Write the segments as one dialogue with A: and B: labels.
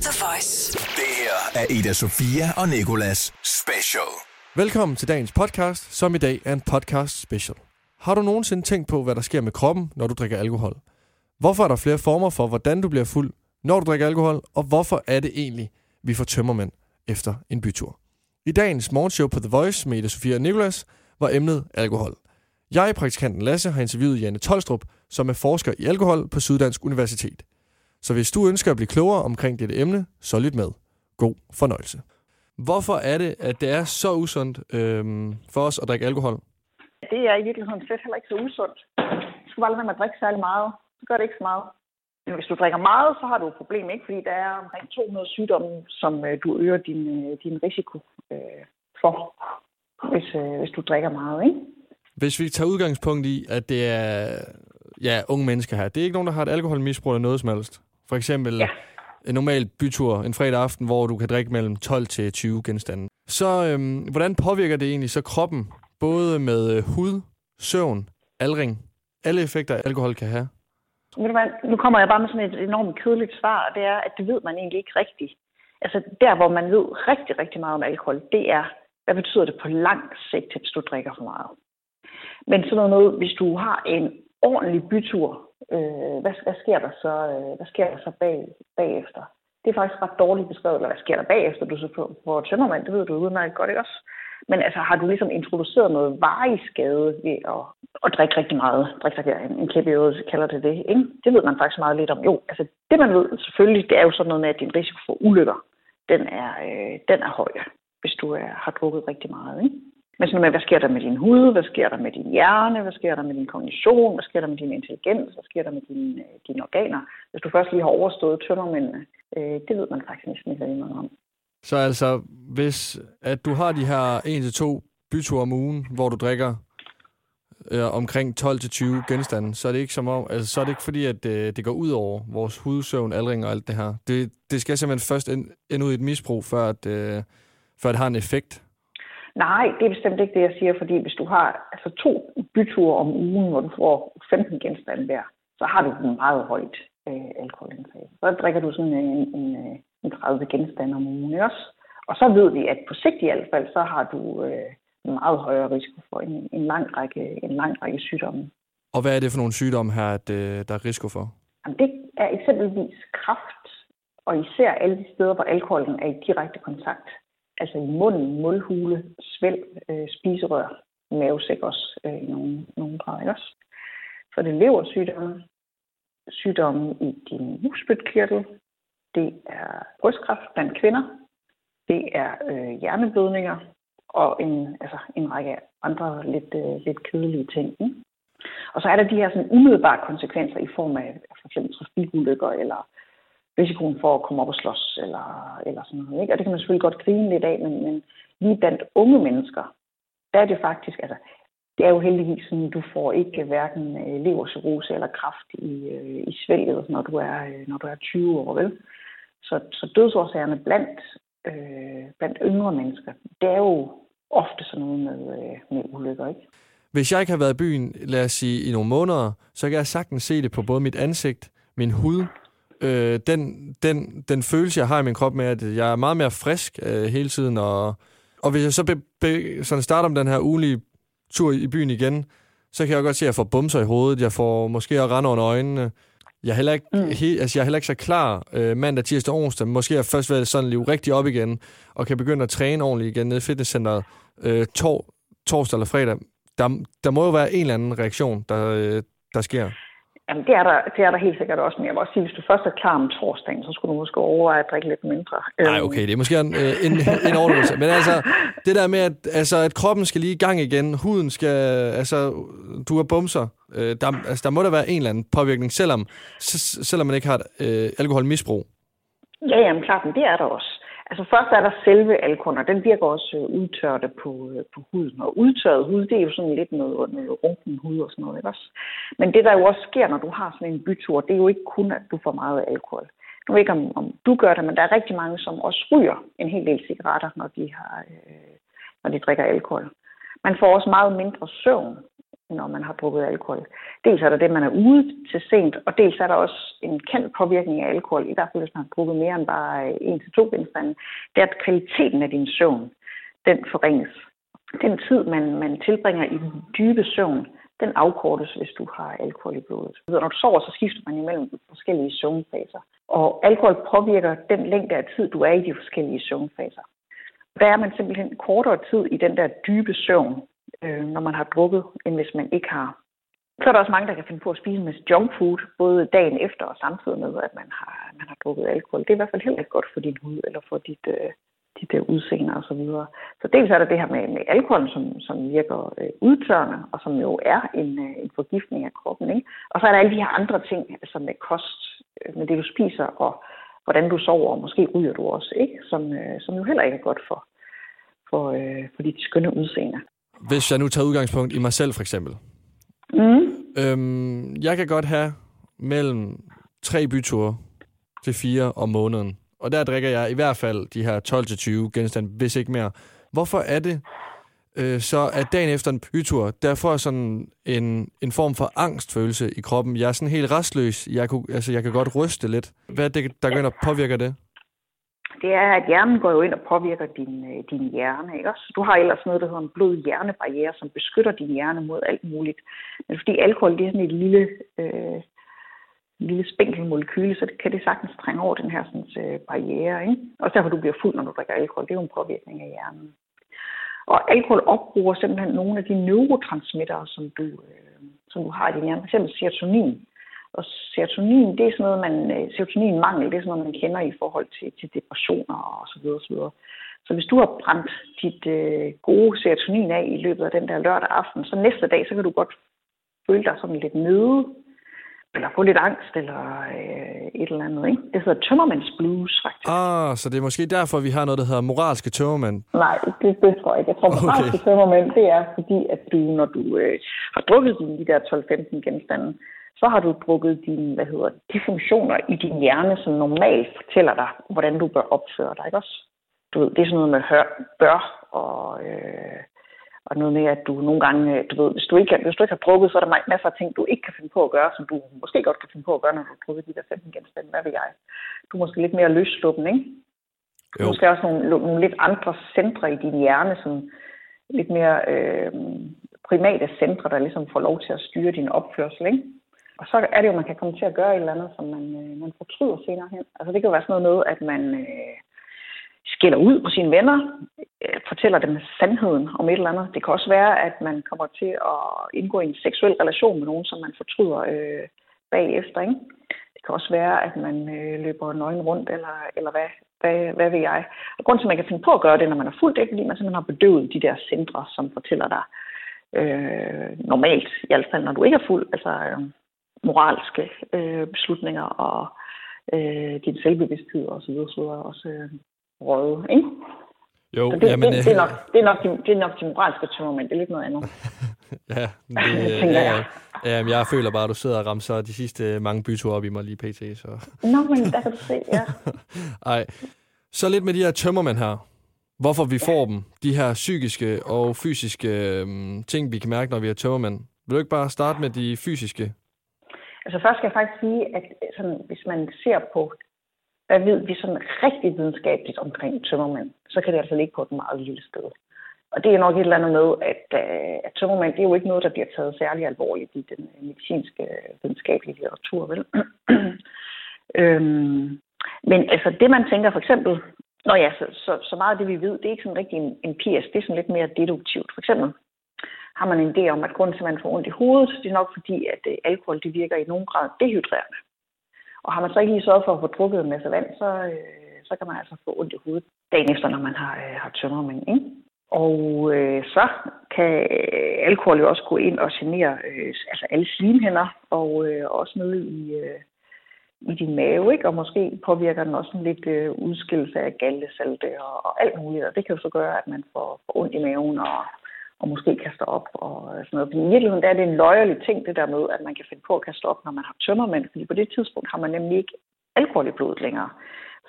A: The Voice.
B: Det her er Ida Sofia og Nicolas Special.
C: Velkommen til dagens podcast, som i dag er en podcast special. Har du nogensinde tænkt på, hvad der sker med kroppen, når du drikker alkohol? Hvorfor er der flere former for, hvordan du bliver fuld, når du drikker alkohol? Og hvorfor er det egentlig, vi får tømmermænd efter en bytur? I dagens morgenshow på The Voice med Ida Sofia og Nicolas var emnet alkohol. Jeg, praktikanten Lasse, har interviewet Janne Tolstrup, som er forsker i alkohol på Syddansk Universitet. Så hvis du ønsker at blive klogere omkring dette emne, så lyt med. God fornøjelse. Hvorfor er det, at det er så usundt for os at drikke alkohol?
D: Det er i virkeligheden slet heller ikke så usundt. Du skal bare lade være med at drikke særlig meget. Så gør det ikke så meget. Men hvis du drikker meget, så har du et problem, ikke? Fordi der er omkring 200 sygdomme, som du øger din risiko for, hvis du drikker meget, ikke?
C: Hvis vi tager udgangspunkt i, at det er unge mennesker her. Det er ikke nogen, der har et alkoholmisbrug eller noget som helst. For eksempel en normal bytur en fredag aften, hvor du kan drikke mellem 12 til 20 genstande. Så hvordan påvirker det egentlig så kroppen? Både med hud, søvn, aldring. Alle effekter, alkohol kan have.
D: Nu kommer jeg bare med sådan et enormt kedeligt svar, og det er, at det ved man egentlig ikke rigtigt. Altså der, hvor man ved rigtig, rigtig meget om alkohol, det er, hvad betyder det på lang sigt, hvis du drikker for meget. Men sådan noget, hvis du har en ordentlig bytur, hvad sker der så bagefter? Det er faktisk ret dårligt beskrevet, eller hvad sker der bagefter, du så får tømmermand, det ved du udmærket godt, ikke også? Men altså, har du ligesom introduceret noget varig skade ved at drikke rigtig meget, en kæp i øvrigt kalder det, ikke? Det ved man faktisk meget lidt om. Jo, altså det man ved selvfølgelig, det er jo sådan noget med, at din risiko for ulykker, den er høj, hvis du har drukket rigtig meget, ikke? Men sådan med, hvad sker der med din hud, hvad sker der med din hjerne, hvad sker der med din kognition, hvad sker der med din intelligens, hvad sker der med dine organer, hvis du først lige har overstået tømmermændene, det ved man faktisk næsten ikke noget om.
C: Så altså, hvis at du har de her 1-2 byture om ugen, hvor du drikker omkring 12-20 genstande, så er det ikke så er det ikke fordi, at det går ud over vores hud, søvn, aldring og alt det her. Det skal simpelthen først ende ud i et misbrug, før det har en effekt.
D: Nej, det er bestemt ikke det, jeg siger, fordi hvis du har 2 byture om ugen, hvor du får 15 genstande der, så har du en meget højt alkoholindtag. Så drikker du sådan en 30 genstande om ugen også. Og så ved vi, at på sigt i hvert fald, så har du en meget højere risiko for en lang række sygdomme. Og
C: hvad er det for nogle sygdomme her, at der er risiko for?
D: Jamen, det er eksempelvis kræft, og især alle de steder, hvor alkoholen er i direkte kontakt. Altså i munden, mundhule, svælg, spiserør, mavesæk også i nogle grader, ikke også? Så det er leversygdomme, sygdomme i din bugspytkirtel, det er brystkræft blandt kvinder, det er hjerneblødninger og en række andre lidt kedelige ting. Ikke? Og så er der de her sådan umiddelbare konsekvenser i form af for eksempel trafikulykker eller risikoen for at komme op og slås eller sådan noget. Ikke? Og det kan man selvfølgelig godt grine lidt af, men lige blandt unge mennesker, der er det faktisk, det er jo heldigvis sådan, du får ikke hverken levercirrose eller kræft i svælget, når du er 20 år, vel? Så dødsårsagerne blandt yngre mennesker, det er jo ofte sådan noget med ulykker, ikke?
C: Hvis jeg ikke har været i byen, lad os sige, i nogle måneder, så kan jeg sagtens se det på både mit ansigt, min hud, den følelse, jeg har i min krop med, at jeg er meget mere frisk hele tiden, og hvis jeg så sådan starter om den her ugenlige tur i byen igen, så kan jeg godt se, at jeg får bumser i hovedet, jeg får måske at rende under øjnene. Jeg er heller ikke så klar mandag, tirsdag, onsdag. Måske er jeg først ved sådan live rigtig op igen, og kan begynde at træne ordentligt igen nede i fitnesscenteret torsdag eller fredag. Der må jo være en eller anden reaktion, der sker.
D: Jamen, det er der helt sikkert også, men jeg vil også sige, hvis du først er klar om torsdagen, så skulle du måske overveje at drikke lidt mindre.
C: Nej, okay, det er måske en overdrivelse. Men altså, det der med, at kroppen skal lige i gang igen, huden skal, du har bumser, der må der være en eller anden påvirkning, selvom man ikke har et alkoholmisbrug.
D: Ja, jamen klart, men det er der også. Altså først er der selve alkoholen, og den virker også udtørrende på huden. Og udtørret hud, det er jo sådan lidt noget runken hud og sådan noget, ikke også? Men det der jo også sker, når du har sådan en bytur, det er jo ikke kun, at du får meget alkohol. Nu ved jeg ikke, om du gør det, men der er rigtig mange, som også ryger en hel del cigaretter, når de drikker alkohol. Man får også meget mindre søvn, når man har drukket alkohol. Dels er der det, man er ude til sent, og dels er der også en kendt påvirkning af alkohol, i hvert fald hvis man har drukket mere end bare 1-2 genstande. Det er, at kvaliteten af din søvn, den forringes. Den tid, man tilbringer i den dybe søvn, den afkortes, hvis du har alkohol i blodet. Når du sover, så skifter man imellem forskellige søvnfaser. Og alkohol påvirker den længde af tid, du er i de forskellige søvnfaser. Der er man simpelthen kortere tid i den der dybe søvn, når man har drukket, end hvis man ikke har. Så er der også mange, der kan finde på at spise med junkfood, både dagen efter og samtidig med, at man har drukket alkohol. Det er i hvert fald heller ikke godt for din hud eller for dit udseende og så videre. Så dels er der det her med alkohol, som virker udtørrende, og som jo er en forgiftning af kroppen. Ikke? Og så er der alle de her andre ting, altså med kost, med det du spiser, og hvordan du sover, og måske ryger du også, ikke? Som jo heller ikke er godt for dit skønne udseende.
C: Hvis jeg nu tager udgangspunkt i mig selv for eksempel. Jeg kan godt have mellem 3 byture til 4 om måneden. Og der drikker jeg i hvert fald de her 12-20 genstande, hvis ikke mere. Hvorfor er det så, at dagen efter en bytur, der får jeg sådan en form for angstfølelse i kroppen? Jeg er sådan helt rastløs. Jeg kan godt ryste lidt. Hvad er det, der går ind og påvirker det?
D: Det er, at hjernen går jo ind og påvirker din hjerne. Ikke også? Du har ellers noget, der hedder en blod-hjernebarriere, som beskytter din hjerne mod alt muligt. Men fordi alkohol det er sådan et lille spinkel molekyle, så kan det sagtens trænge over den her barriere. Ikke? Også derfor, du bliver fuld, når du drikker alkohol. Det er jo en påvirkning af hjernen. Og alkohol opbruger simpelthen nogle af de neurotransmittere, som du har i din hjerne. For eksempel serotonin. Og serotonin, det er sådan noget, serotoninmangel, det er sådan noget, man kender i forhold til depressioner og så videre, så videre. Så hvis du har brændt dit gode serotonin af i løbet af den der lørdag aften, så næste dag, så kan du godt føle dig sådan lidt nede, eller få lidt angst, eller et eller andet, ikke? Det hedder tømmermænds blues, faktisk.
C: Så det er måske derfor, vi har noget, der hedder moralske tømmermænd?
D: Nej, det tror jeg ikke. Jeg tror, moralske tømmermænd, det er fordi, at du, når du har drukket de der 12-15 genstande, så har du drukket de funktioner i din hjerne, som normalt fortæller dig, hvordan du bør opføre dig, ikke også? Du ved, det er sådan noget med bør, og noget med, at du nogle gange, hvis du ikke har drukket, så er der masser af ting, du ikke kan finde på at gøre, som du måske godt kan finde på at gøre, når du har drukket de der 15 genstande. Hvad ved jeg? Du er måske lidt mere løssluppen, ikke? Du måske også nogle lidt andre centre i din hjerne, som lidt mere primate centre, der ligesom får lov til at styre din opførsel, ikke? Og så er det jo, man kan komme til at gøre et eller andet, som man fortryder senere hen. Altså det kan jo være sådan noget med, at man skælder ud på sine venner, fortæller dem sandheden om et eller andet. Det kan også være, at man kommer til at indgå i en seksuel relation med nogen, som man fortryder bagefter. Ikke? Det kan også være, at man løber nøgen rundt, eller hvad ved jeg. Og grunden til, at man kan finde på at gøre det, når man er fuld, det er, fordi man simpelthen har bedøvet de der centre, som fortæller dig normalt, i hvert fald når du ikke er fuld, altså moralske beslutninger og din selvbevidsthed og så videre også røde, ikke?
C: Jo,
D: det er nok de moralske tømmermænd, det er lidt noget andet.
C: Jeg føler bare, at du sidder og ramser de sidste mange byture op i mig lige pt. Så.
D: Nå, men der kan du se, ja.
C: Ej, så lidt med de her tømmermænd her. Hvorfor vi får dem, de her psykiske og fysiske ting, vi kan mærke, når vi har tømmermænd. Vil du ikke bare starte med de fysiske?
D: Altså først skal jeg faktisk sige, at sådan, hvis man ser på, hvad ved vi sådan rigtig videnskabeligt omkring tømmermænd, så kan det altså ligge på et meget lille sted. Og det er nok et eller andet med, at tømmermænd, det er jo ikke noget, der bliver taget særlig alvorligt i den medicinske videnskabelige litteratur, vel? Men altså det, man tænker for eksempel, så meget af det, vi ved, det er ikke sådan rigtig en PS, det er sådan lidt mere deduktivt. For eksempel har man en idé om, at grunden til, at man får ondt i hovedet, det er nok fordi, at alkohol det virker i nogen grad dehydrerende. Og har man så ikke lige sørget for at få drukket en masse vand, så kan man altså få ondt i hovedet dagen efter, når man har tømmermænd, ikke? Og så kan alkohol jo også gå ind og genere altså alle slimhinder, og også nede i din mave, ikke? Og måske påvirker den også en lidt udskillelse af galdesalte og alt muligt. Og det kan jo så gøre, at man får ondt i maven og måske kaster op og sådan noget. Men i virkeligheden er det en løjerlig ting, det der med, at man kan finde på at kaste op, når man har tømmermænd. Fordi på det tidspunkt har man nemlig ikke alkohol i blodet længere.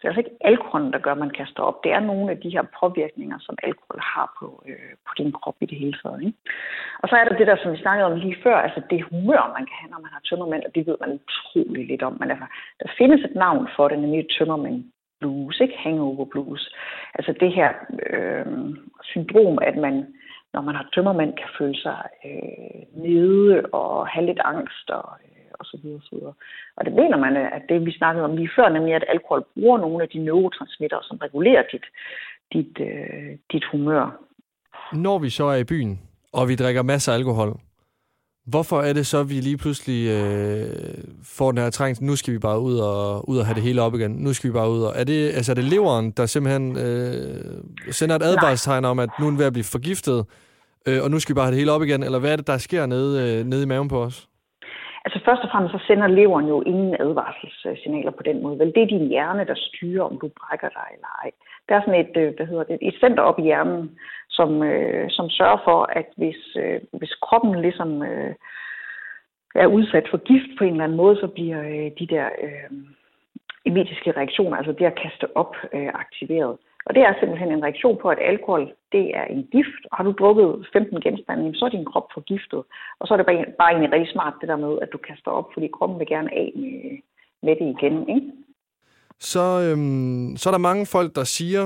D: det er altså ikke alkoholen, der gør, at man kaster op. Det er nogle af de her påvirkninger, som alkohol har på din krop i det hele taget. Ikke? Og så er der det der, som vi snakkede om lige før, altså det humør, man kan have, når man har tømmermænd, og det ved man utrolig lidt om. Men altså, der findes et navn for det, nemlig tømmermænd blues, ikke hangover blues. Altså det her syndrom, at man, når man har tømmermænd, kan føle sig nede og have lidt angst og så videre, så videre. Og det mener man, at det vi snakkede om lige før, nemlig at alkohol bruger nogle af de neurotransmitter, som regulerer dit humør.
C: Når vi så er i byen, og vi drikker masser af alkohol, hvorfor er det så, at vi lige pludselig får den her trængsel? Nu skal vi bare ud og have det hele op igen. Nu skal vi bare ud. Og er det leveren, der simpelthen sender et advarselstegn om, at nu er vi ved at blive forgiftet, og nu skal vi bare have det hele op igen? Eller hvad er det, der sker nede i maven på os?
D: Altså først og fremmest så sender leveren jo ingen advarselssignaler på den måde. Vel, det er din hjerne, der styrer, om du brækker dig eller ej. Der er sådan et center op i hjernen, som sørger for, at hvis kroppen ligesom er udsat for gift på en eller anden måde, så bliver de der emetiske reaktioner, altså det at kaste op, aktiveret. Og det er simpelthen en reaktion på, at alkohol, det er en gift. Og har du drukket 15 genstande, så er din krop forgiftet. Og så er det bare egentlig rigtig smart, det der med, at du kaster op, fordi kroppen vil gerne af med det igen, ikke?
C: Så er der mange folk, der siger,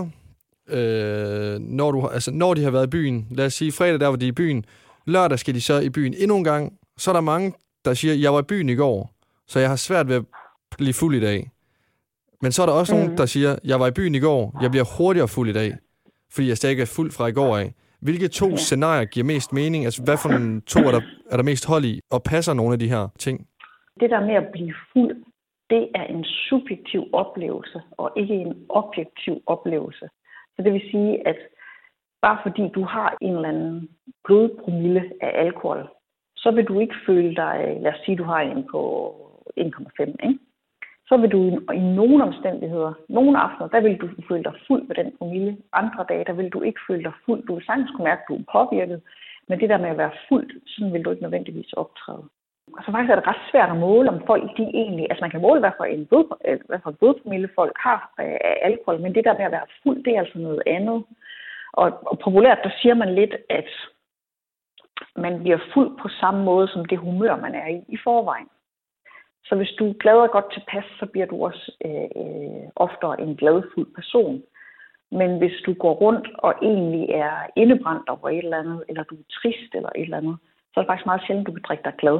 C: når de har været i byen, lad os sige fredag, der var de i byen, lørdag skal de så i byen endnu en gang, så er der mange, der siger, jeg var i byen i går, så jeg har svært ved at blive fuld i dag. Men så er der også nogen, der siger, jeg var i byen i går, jeg bliver hurtigere fuld i dag, fordi jeg stadig er fuld fra i går af. Hvilke to scenarier giver mest mening? Altså, hvad for nogle to er der mest hold i, og passer nogle af de her ting?
D: Det der med at blive fuld, det er en subjektiv oplevelse, og ikke en objektiv oplevelse. Så det vil sige, at bare fordi du har en eller anden blodpromille af alkohol, så vil du ikke føle dig, lad os sige, du har en på 1,5, ikke? Så vil du i nogle omstændigheder, nogle aftener, der vil du føle dig fuld med den promille. Andre dage, der vil du ikke føle dig fuld. Du vil sagtens kunne mærke, at du er påvirket. Men det der med at være fuld, sådan vil du ikke nødvendigvis optræde. Altså faktisk er det ret svært at måle, om folk de egentlig... Altså man kan måle, hvad for en blodpromille folk har af alkohol, men det der med at være fuld, det er altså noget andet. Og populært, der siger man lidt, at man bliver fuld på samme måde, som det humør, man er i forvejen. Så hvis du er glad og godt tilpas, så bliver du også oftere en gladfuld person. Men hvis du går rundt og egentlig er indebrændt over et eller andet, eller du er trist eller et eller andet, så er det faktisk meget sjældent, du kan drikke dig glad.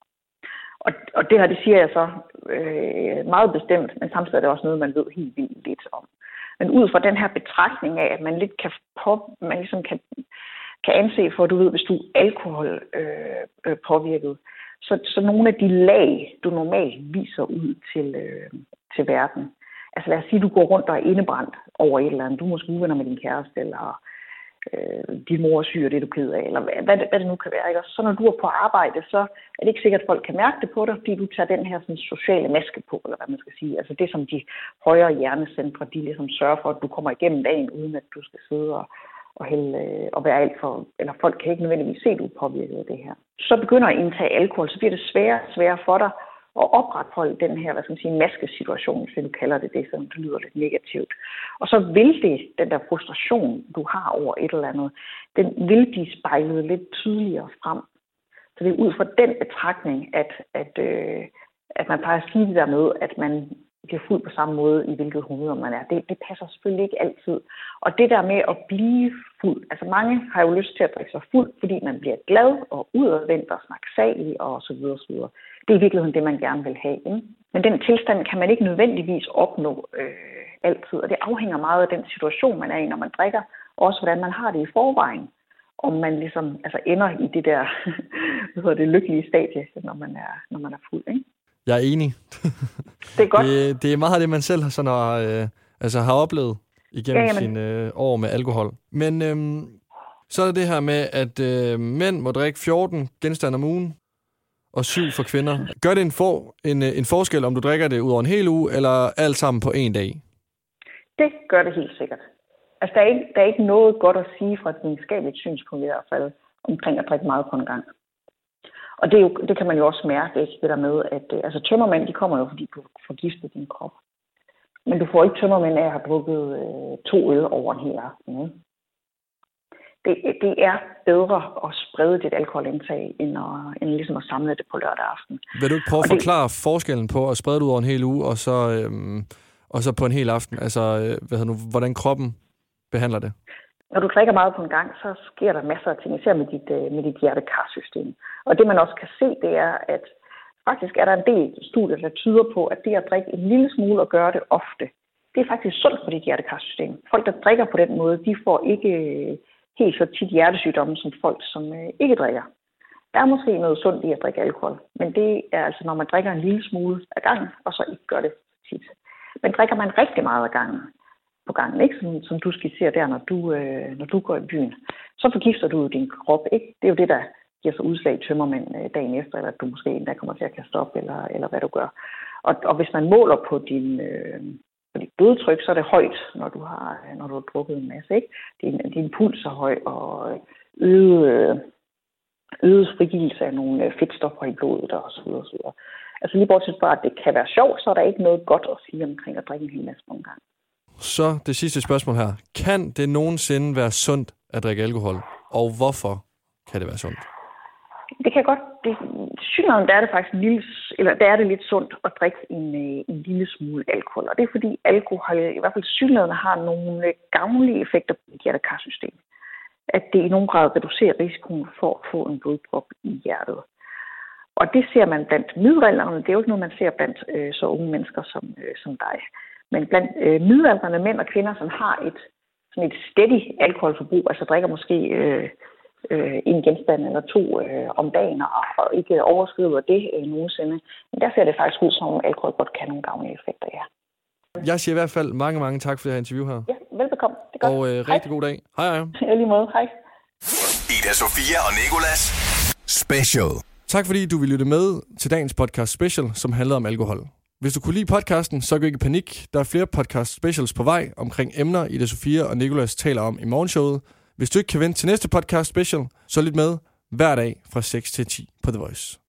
D: Og det her, det siger jeg så meget bestemt, men samtidig er det også noget, man ved helt vildt lidt om. Men ud fra den her betragtning af, at man lidt man ligesom kan anse for, du ved, hvis du er alkohol påvirket, så nogle af de lag, du normalt viser ud til verden. Altså lad os sige, at du går rundt og er indebrændt over et eller andet. Du er måske uvenner med din kæreste, eller din mor er syg, og det er du ked af, eller hvad det nu kan være. Ikke? Og så når du er på arbejde, så er det ikke sikkert, at folk kan mærke det på dig, fordi du tager den her sådan, sociale maske på, eller hvad man skal sige. Altså det, som de højere hjernecentre, de ligesom sørger for, at du kommer igennem dagen, uden at du skal sidde og være alt for, eller folk kan ikke nødvendigvis se, at du er påvirket af det her. Så begynder at indtage alkohol, så bliver det sværere for dig at opretholde den her, maskesituation, hvis du kalder det, så det lyder lidt negativt. Og så vil den der frustration, du har over et eller andet, den vil blive spejlet lidt tydeligere frem. Så det er ud fra den betragtning, at man plejer at sige det der med, at man bliver fuld på samme måde, i hvilket humør man er. Det passer selvfølgelig ikke altid. Og det der med at blive fuld, altså mange har jo lyst til at drikke sig fuld, fordi man bliver glad og udadvendt og snaksalig og så videre, så videre. Det er i virkeligheden det, man gerne vil have. Ikke? Men den tilstand kan man ikke nødvendigvis opnå altid, og det afhænger meget af den situation, man er i, når man drikker, og også hvordan man har det i forvejen. Om man ligesom ender i det der det lykkelige stadie, når man er fuld. Ikke?
C: Jeg er enig.
D: Det er godt.
C: Det er meget af det, man selv har oplevet igennem sine år med alkohol. Men så er det her med, at mænd må drikke 14 genstande om ugen, og 7 for kvinder. Gør det en forskel, om du drikker det ud over en hel uge, eller alt sammen på en dag? Det
D: gør det helt sikkert. Altså, der er ikke noget godt at sige fra et videnskabeligt synspunkt i hvert fald, omkring at drikke meget på en gang. Og det kan man jo også mærke, ikke? Det der med, at tømmermænd, de kommer jo, fordi du forgifter din krop. Men du får ikke tømmermænd af at have drukket 2 øl over en hel aften. Det er bedre at sprede dit alkoholindtag, end ligesom at samle det på lørdag aften.
C: Vil du ikke prøve at forklare forskellen på at sprede det ud over en hel uge, og så på en hel aften? Altså, hvordan kroppen behandler det?
D: Når du drikker meget på en gang, så sker der masser af ting, især med dit hjertekarsystem. Og det man også kan se, det er, at faktisk er der en del studier, der tyder på, at det at drikke en lille smule og gøre det ofte, det er faktisk sundt for dit hjertekarsystem. Folk, der drikker på den måde, de får ikke helt så tit hjertesygdomme som folk, som ikke drikker. Der er måske noget sundt i at drikke alkohol, men det er altså, når man drikker en lille smule af gangen, og så ikke gør det tit. Men drikker man rigtig meget af gangen, på gangen, ikke? Som du skitserer der, når du går i byen, så forgifter du din krop, ikke? Det er jo det, der giver sig udslag i tømmermænd dagen efter, eller at du måske endda kommer til at kaste op, eller hvad du gør. Og hvis man måler på dit blodtryk, så er det højt, når du har drukket en masse, ikke? Din puls er høj, og øget frigivelse af nogle fedtstoffer i blodet, og så videre, og så videre. Altså lige bortset fra, at det kan være sjovt, så er der ikke noget godt at sige omkring at drikke en hel masse på en gang.
C: Så det sidste spørgsmål her. Kan det nogensinde være sundt at drikke alkohol? Og hvorfor kan det være sundt?
D: Det kan godt. Synligheden, der er det faktisk der er det lidt sundt at drikke en lille smule alkohol. Og det er fordi alkohol, i hvert fald synligheden, har nogle gavnlige effekter på dit hjertekarsystem. At det i nogen grad reducerer risikoen for at få en blodprop i hjertet. Og det ser man blandt middelaldrende. Det er jo ikke noget, man ser blandt så unge mennesker som dig. Men blandt middelaldrende mænd og kvinder, som har et steady alkoholforbrug, altså drikker måske en genstand eller 2 om dagen, og ikke overskrider det nogensinde. Men der ser det faktisk ud, som alkohol godt kan nogle gavnlige effekter, ja.
C: Jeg siger i hvert fald mange tak for det her interview her.
D: Ja, velbekomme. Det er godt.
C: Og rigtig god dag. Hej.
D: Ja, lige måde. Hej.
B: Ida Sofia og Nicolas Special.
C: Tak fordi du ville lytte med til dagens podcast special, som handlede om alkohol. Hvis du kunne lide podcasten, så gå ikke i panik. Der er flere podcast specials på vej omkring emner, Ida Sofia og Nicolas taler om i morgenshowet. Hvis du ikke kan vente til næste podcast special, så lyt med hver dag fra 6 til 10 på The Voice.